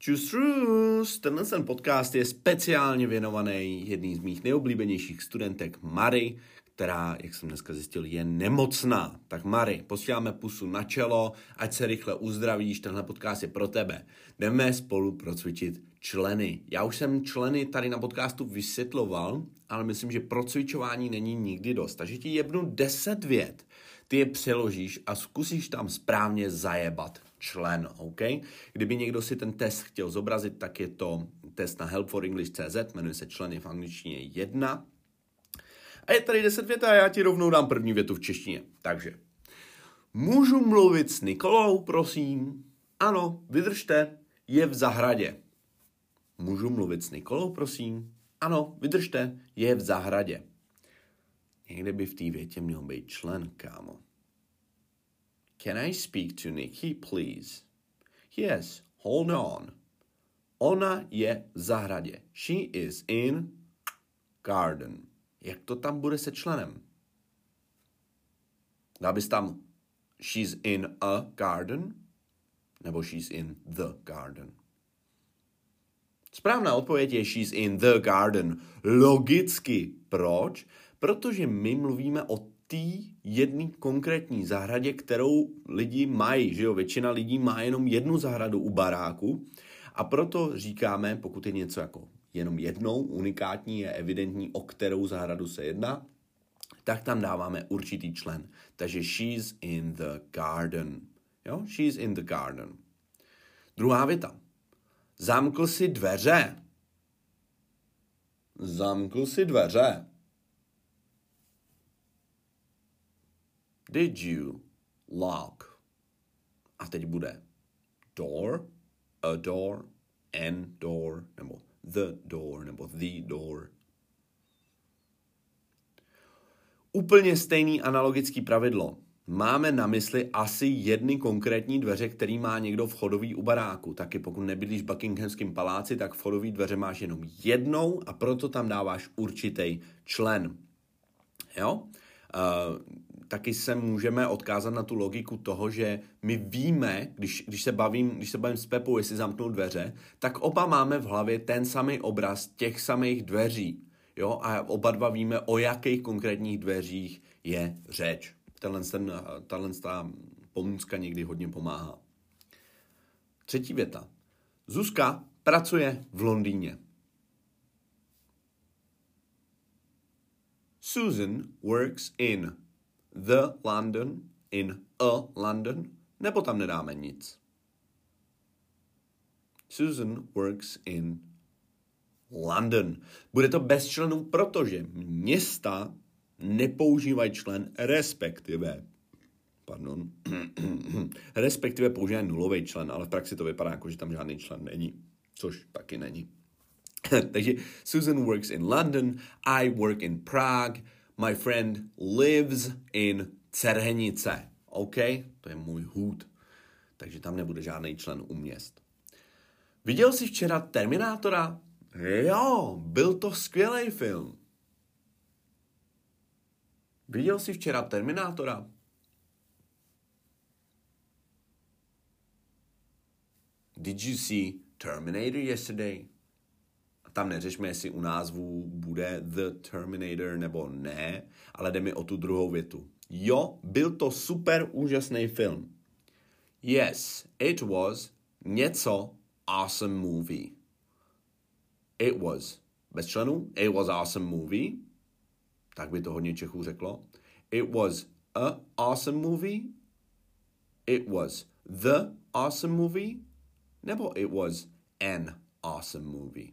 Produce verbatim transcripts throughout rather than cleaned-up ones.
Čus, čus. Tenhle ten podcast je speciálně věnovaný jedný z mých nejoblíbenějších studentek Mary, která, jak jsem dneska zjistil, je nemocná. Tak Mary, posíláme pusu na čelo, ať se rychle uzdravíš, tenhle podcast je pro tebe. Jdeme spolu procvičit členy. Já už jsem členy tady na podcastu vysvětloval, ale myslím, že procvičování není nikdy dost. Takže ti jebnu deset vět, ty je přeložíš a zkusíš tam správně zajebat člen, OK? Kdyby někdo si ten test chtěl zobrazit, tak je to test na help for english tečka cz, jmenuje se členy v angličtině jedna. A je tady deset vět a já ti rovnou dám první větu v češtině. Takže, můžu mluvit s Nikolou, prosím? Ano, vydržte, je v zahradě. Můžu mluvit s Nikolou, prosím? Ano, vydržte, je v zahradě. Někde by v té větě měl být člen, kámo. Can I speak to Nikki, please? Yes, hold on. Ona je v zahradě. She is in garden. Jak to tam bude se členem? Dá bys tam she's in a garden? Nebo she's in the garden? Správná odpověď je she's in the garden. Logicky. Proč? Protože my mluvíme o té jedné konkrétní zahradě, kterou lidi mají, že jo? Většina lidí má jenom jednu zahradu u baráku a proto říkáme, pokud je něco jako jenom jednou, unikátní, je evidentní, o kterou zahradu se jedná, tak tam dáváme určitý člen. Takže she's in the garden. Jo? She's in the garden. Druhá věta. Zamkl si dveře. Zamkl si dveře. Did you lock? A teď bude door, a door, an door, nebo the door, nebo the door. Úplně stejný analogický pravidlo. Máme na mysli asi jedny konkrétní dveře, který má někdo vchodový u baráku. Taky pokud nebydlíš v Buckinghamském paláci, tak vchodový dveře máš jenom jednou a proto tam dáváš určitý člen. Jo? Uh, taky se můžeme odkázat na tu logiku toho, že my víme, když, když se bavím, když se bavím s Pepou, jestli zamknout dveře, tak oba máme v hlavě ten samý obraz těch samých dveří. Jo? A oba dva víme, o jakých konkrétních dveřích je řeč. Tenhle, ten, tahle ta pomůcka někdy hodně pomáhá. Třetí věta. Zuzka pracuje v Londýně. Susan works in the London, in a London, nebo tam nedáme nic. Susan works in London. Bude to bez členů, protože města nepoužívají člen, respektive, pardon, respektive používají nulový člen, ale v praxi to vypadá jako, že tam žádný člen není, což taky není. Takže Susan works in London, I work in Prague, my friend lives in Cerhenice. OK? To je můj hůd. Takže tam nebude žádný člen u měst. Viděl jsi včera Terminátora? Jo, byl to skvělý film. Viděl jsi včera Terminátora? Did you see Terminator yesterday? A tam neřešme, jestli u názvu bude The Terminator nebo ne, ale jde mi o tu druhou větu. Jo, byl to super úžasný film. Yes, it was něco awesome movie. It was. Bez členů? It was awesome movie. Tak by to hodně Čechů řeklo. It was a awesome movie. It was the awesome movie. Nebo it was an awesome movie.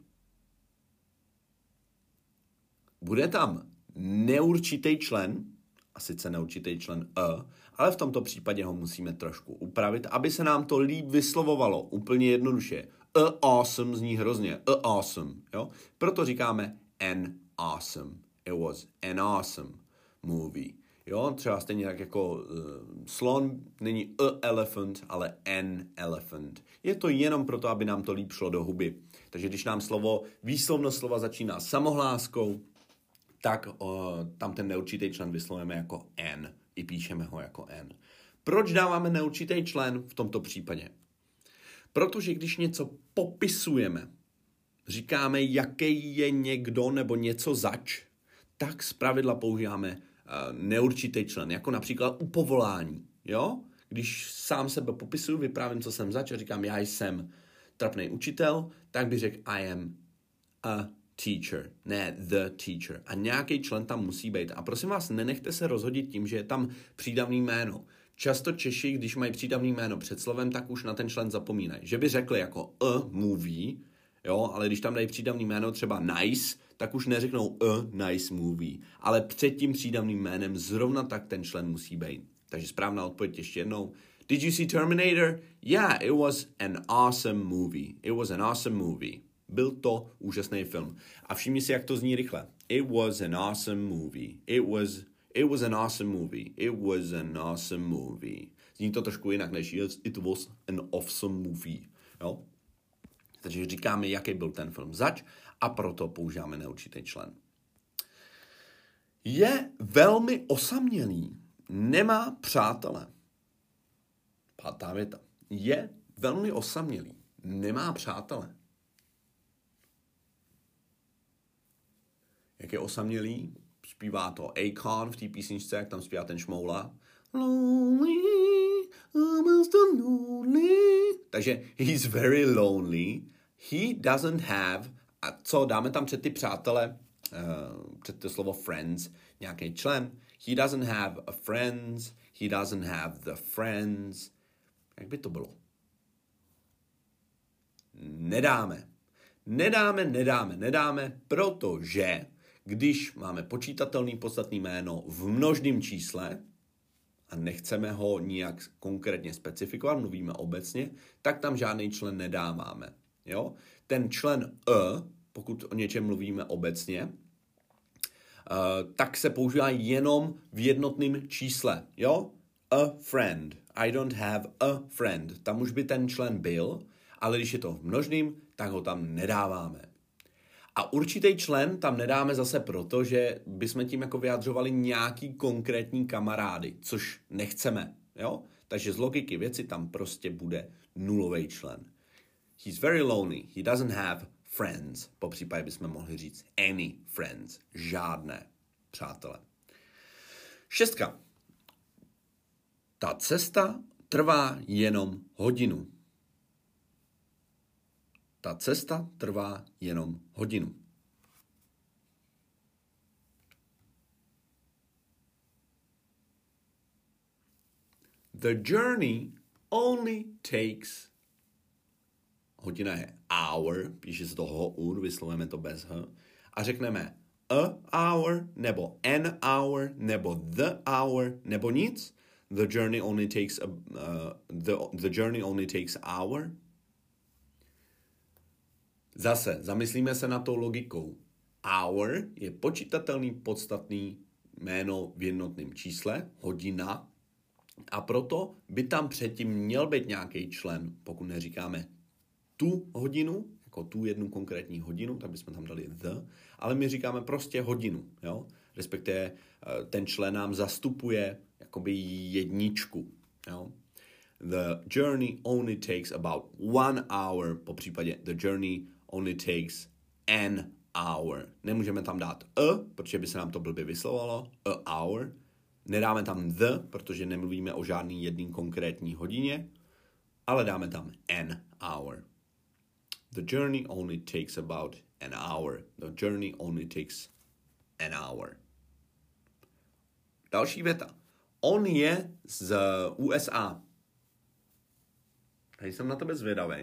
Bude tam neurčitý člen, a sice neurčitý člen a, ale v tomto případě ho musíme trošku upravit, aby se nám to líp vyslovovalo. Úplně jednoduše. A awesome zní hrozně. A awesome. Jo? Proto říkáme an awesome. It was an awesome movie. Jo, třeba stejně tak jako uh, slon není a elephant, ale an elephant. Je to jenom proto, aby nám to líp šlo do huby. Takže když nám slovo, výslovnost slova začíná samohláskou, tak uh, tam ten neurčitý člen vyslovujeme jako an. I píšeme ho jako an. Proč dáváme neurčitý člen v tomto případě? Protože když něco popisujeme, říkáme, jaký je někdo nebo něco zač, tak zpravidla používáme uh, neurčitý člen, jako například u povolání, jo? Když sám sebe popisuju, vyprávím, co jsem zač a říkám, já jsem trapný učitel, tak bych řekl, I am a teacher, ne the teacher. A nějaký člen tam musí být. A prosím vás, nenechte se rozhodit tím, že je tam přídavný jméno. Často Češi, když mají přídavný jméno před slovem, tak už na ten člen zapomínají. Že by řekli jako a movie, jo, ale když tam dají přídavný jméno třeba nice, tak už neřeknou a nice movie. Ale před tím přídavným jménem zrovna tak ten člen musí být. Takže správná odpověď ještě jednou. Did you see Terminator? Yeah, it was an awesome movie. It was an awesome movie. Byl to úžasný film. A všimni si, jak to zní rychle. It was an awesome movie. It was, it was an awesome movie. It was an awesome movie. Zní to trošku jinak než yes, it was an awesome movie. Jo? Takže říkáme, jaký byl ten film zač a proto používáme neurčitý člen. Je velmi osamělý. Nemá přátele. Pátá věta. Je velmi osamělý. Nemá přátele. Jak je osamělý? Zpívá to Akon v té písničce, jak tam zpívá ten šmoula. Lonely, almost lonely. Takže he's very lonely. He doesn't have, a co dáme tam před ty přátele, uh, před to slovo friends, nějaký člen. He doesn't have a friends, he doesn't have the friends. Jak by to bylo? Nedáme. Nedáme, nedáme, nedáme, protože když máme počítatelný podstatný jméno v množném čísle a nechceme ho nijak konkrétně specifikovat, mluvíme obecně, tak tam žádný člen nedáváme. Jo? Ten člen e, pokud o něčem mluvíme obecně, uh, tak se používá jenom v jednotném čísle. Jo? A friend. I don't have a friend. Tam už by ten člen byl, ale když je to v množným, tak ho tam nedáváme. A určitý člen tam nedáme zase proto, že bychom tím jako vyjadřovali nějaký konkrétní kamarády, což nechceme. Jo? Takže z logiky věci tam prostě bude nulový člen. He's very lonely. He doesn't have friends. Po případě bychom mohli říct any friends. Žádné přátele. Šestka. Ta cesta trvá jenom hodinu. Ta cesta trvá jenom hodinu. The journey only takes. Hodina je hour, píše se to hour, vyslovujeme to bez h. A řekneme a hour, nebo an hour, nebo the hour, nebo nic. The journey only takes a, uh, the, the journey only takes hour. Zase, zamyslíme se na tou logikou. Hour je počítatelný podstatný jméno v jednotném čísle, hodina, a proto by tam předtím měl být nějaký člen, pokud neříkáme tu hodinu, jako tu jednu konkrétní hodinu, tak bychom tam dali the, ale my říkáme prostě hodinu, jo? Respektive ten člen nám zastupuje jakoby jedničku, jo? The journey only takes about one hour, po případě the journey only takes an hour. Nemůžeme tam dát a, protože by se nám to blbě vyslovalo, a hour. Nedáme tam the, protože nemluvíme o žádný jedný konkrétní hodině, ale dáme tam an hour. The journey only takes about an hour. The journey only takes an hour. Další věta. On je z U S A. Tady jsem na tebe zvědavej.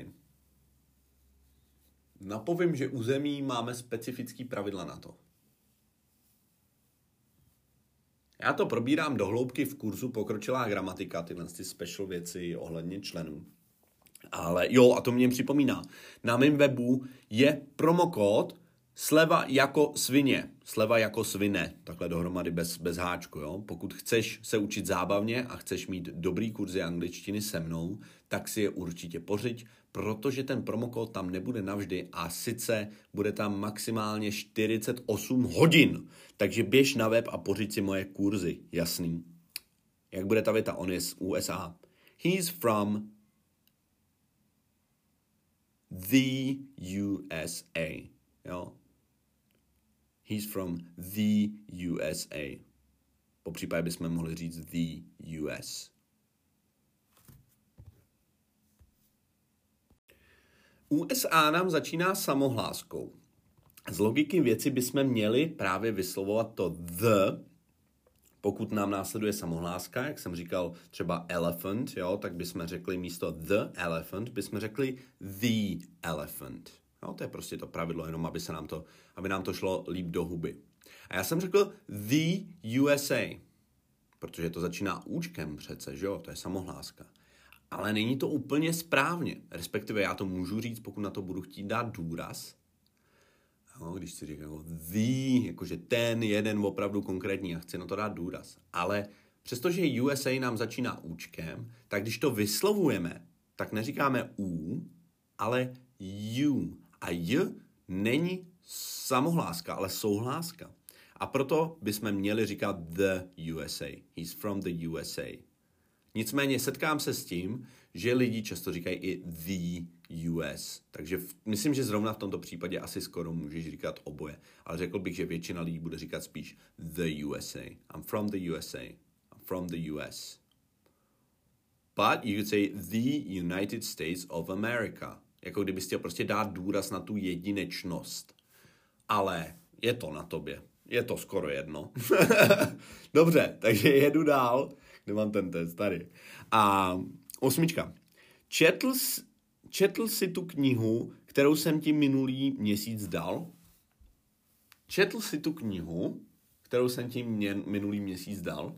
Napovím, že u zemí máme specifický pravidla na to. Já to probírám do hloubky v kurzu Pokročilá gramatika, tyhle ty special věci ohledně členů. Ale jo, a to mě připomíná. Na mém webu je promokód sleva jako svině. Sleva jako svine. Takhle dohromady bez, bez háčku. Jo? Pokud chceš se učit zábavně a chceš mít dobrý kurzy angličtiny se mnou, tak si je určitě pořiď, protože ten promokód tam nebude navždy a sice bude tam maximálně čtyřicet osm hodin. Takže běž na web a pořiď si moje kurzy. Jasný. Jak bude ta věta? On je z U S A. He's from the U S A. Jo? He's from the U S A. Po případě bychom mohli říct the U S. U S A nám začíná samohláskou. Z logiky věci bychom měli právě vyslovovat to the, pokud nám následuje samohláska, jak jsem říkal třeba elephant, jo, tak bychom řekli místo the elephant, bychom řekli the elephant. Jo, to je prostě to pravidlo, jenom aby, se nám to, aby nám to šlo líp do huby. A já jsem řekl the U S A, protože to začíná účkem přece, že jo, to je samohláska. Ale není to úplně správně, respektive já to můžu říct, pokud na to budu chtít dát důraz. Jo, když si říkám jako the, jakože ten jeden opravdu konkrétní, já chci na to dát důraz. Ale přestože U S A nám začíná účkem, tak když to vyslovujeme, tak neříkáme U, ale U. A J není samohláska, ale souhláska. A proto bychom měli říkat the U S A. He's from the U S A. Nicméně setkám se s tím, že lidi často říkají i the U S. Takže v, myslím, že zrovna v tomto případě asi skoro můžeš říkat oboje. Ale řekl bych, že většina lidí bude říkat spíš the U S A. I'm from the U S A. I'm from the U S. But you could say the United States of America. Jako kdybys chtěl prostě dát důraz na tu jedinečnost. Ale je to na tobě. Je to skoro jedno. Dobře, takže jedu dál. Kde mám ten test? Tady. A osmička. Četl, četl jsi tu knihu, kterou jsem ti minulý měsíc dal? Četl jsi tu knihu, kterou jsem ti mě, minulý měsíc dal?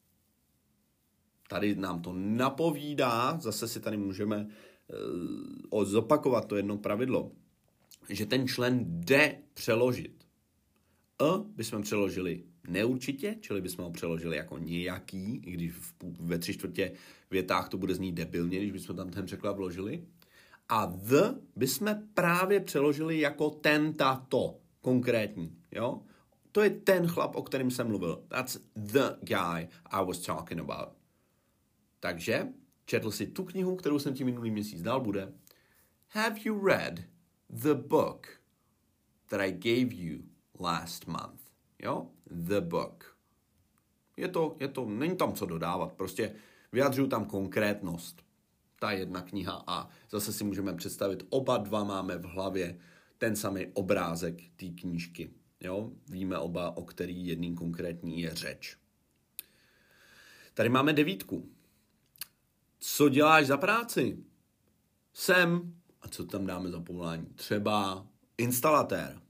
Tady nám to napovídá, zase si tady můžeme uh, zopakovat to jedno pravidlo, že ten člen jde přeložit. E bychom přeložili neurčitě, čili bychom ho přeložili jako nějaký, i když ve tři čtvrtě větách to bude znít debilně, když bychom tam ten překlad vložili. A the bychom právě přeložili jako ten, tato, konkrétní. Jo? To je ten chlap, o kterém jsem mluvil. That's the guy I was talking about. Takže četl si tu knihu, kterou jsem ti minulý měsíc dal, bude Have you read the book that I gave you last month? Jo? The book. Je to, je to, není tam co dodávat, prostě vyjadřuju tam konkrétnost. Ta jedna kniha a zase si můžeme představit, oba dva máme v hlavě ten samý obrázek té knížky. Jo? Víme oba, o který jedný konkrétní je řeč. Tady máme devítku. Co děláš za práci? Jsem. A co tam dáme za povolání? Třeba instalatér.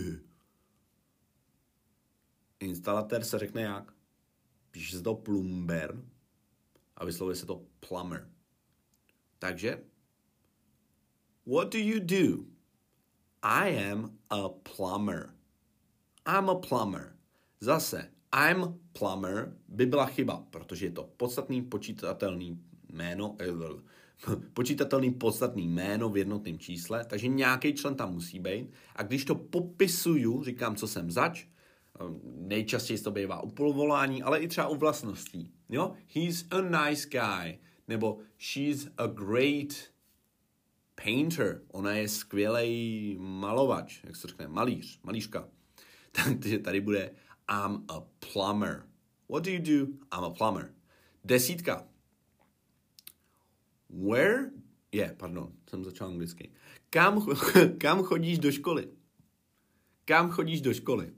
Instalatér se řekne jak? Píše se to plumber a vyslovuje se to plumber. Takže what do you do? I am a plumber. I'm a plumber. Zase I'm plumber by byla chyba, protože je to podstatný počítatelný jméno, počítatelný podstatný jméno v jednotném čísle, takže nějaký člen tam musí být. A když to popisuju, říkám, co jsem zač, nejčastěji to bývá u povolání, ale i třeba u vlastností. Jo? He's a nice guy. Nebo she's a great painter. Ona je skvělej malovač. Jak se řekne? Malíř. Malířka. Takže tady bude I'm a plumber. What do you do? I'm a plumber. Desítka. Where? Je, yeah, pardon, jsem začal anglicky. Kam, kam chodíš do školy? Kam chodíš do školy?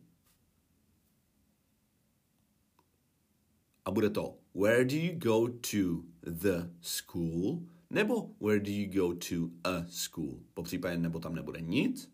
A bude to where do you go to the school? Nebo where do you go to a school? Po případě nebo tam nebude nic.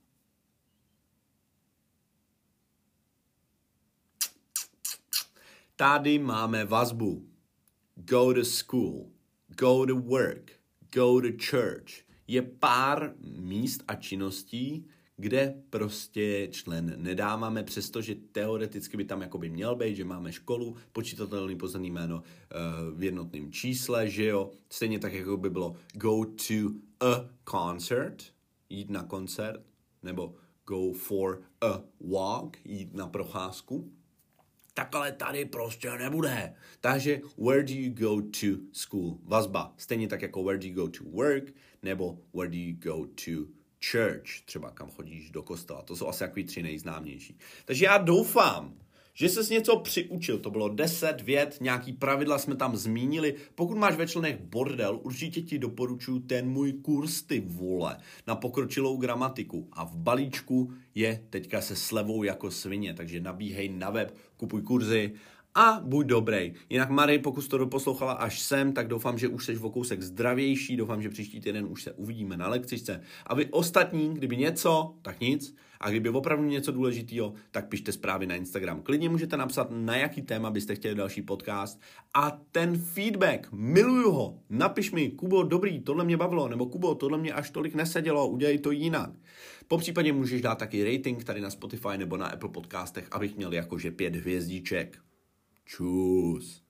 Tady máme vazbu. Go to school. Go to work. Go to church. Je pár míst a činností, kde prostě člen nedáváme, přestože teoreticky by tam jakoby měl být, že máme školu, počítatelný pozemní jméno uh, v jednotném čísle, že jo. Stejně tak, jako by bylo go to a concert, jít na koncert, nebo go for a walk, jít na procházku. Tak ale tady prostě nebude. Takže where do you go to school? Vazba. Stejně tak jako where do you go to work, nebo where do you go to church, třeba kam chodíš do kostela. To jsou asi takový tři nejznámější. Takže já doufám, že ses něco přiučil. To bylo deset vět, nějaký pravidla jsme tam zmínili. Pokud máš ve členech bordel, určitě ti doporučuji ten můj kurz, ty vole, na pokročilou gramatiku. A v balíčku je teďka se slevou jako svině, takže nabíhej na web, kupuj kurzy a buď dobrý. Jinak Mary, pokud jsi to doposlouchala až sem, tak doufám, že už jsi o kousek zdravější, doufám, že příští týden už se uvidíme na lekcičce. A vy ostatní, kdyby něco, tak nic. A kdyby opravdu něco důležitého, tak pište zprávy na Instagram. Klidně můžete napsat, na jaký téma byste chtěli další podcast. A ten feedback, miluju ho. Napiš mi, Kubo, dobrý, tohle mě bavilo, nebo Kubo, tohle mě až tolik nesedělo, udělej to jinak. Popřípadě můžeš dát taky rating tady na Spotify nebo na Apple podcastech, abych měl jakože pět hvězdíček. Čus.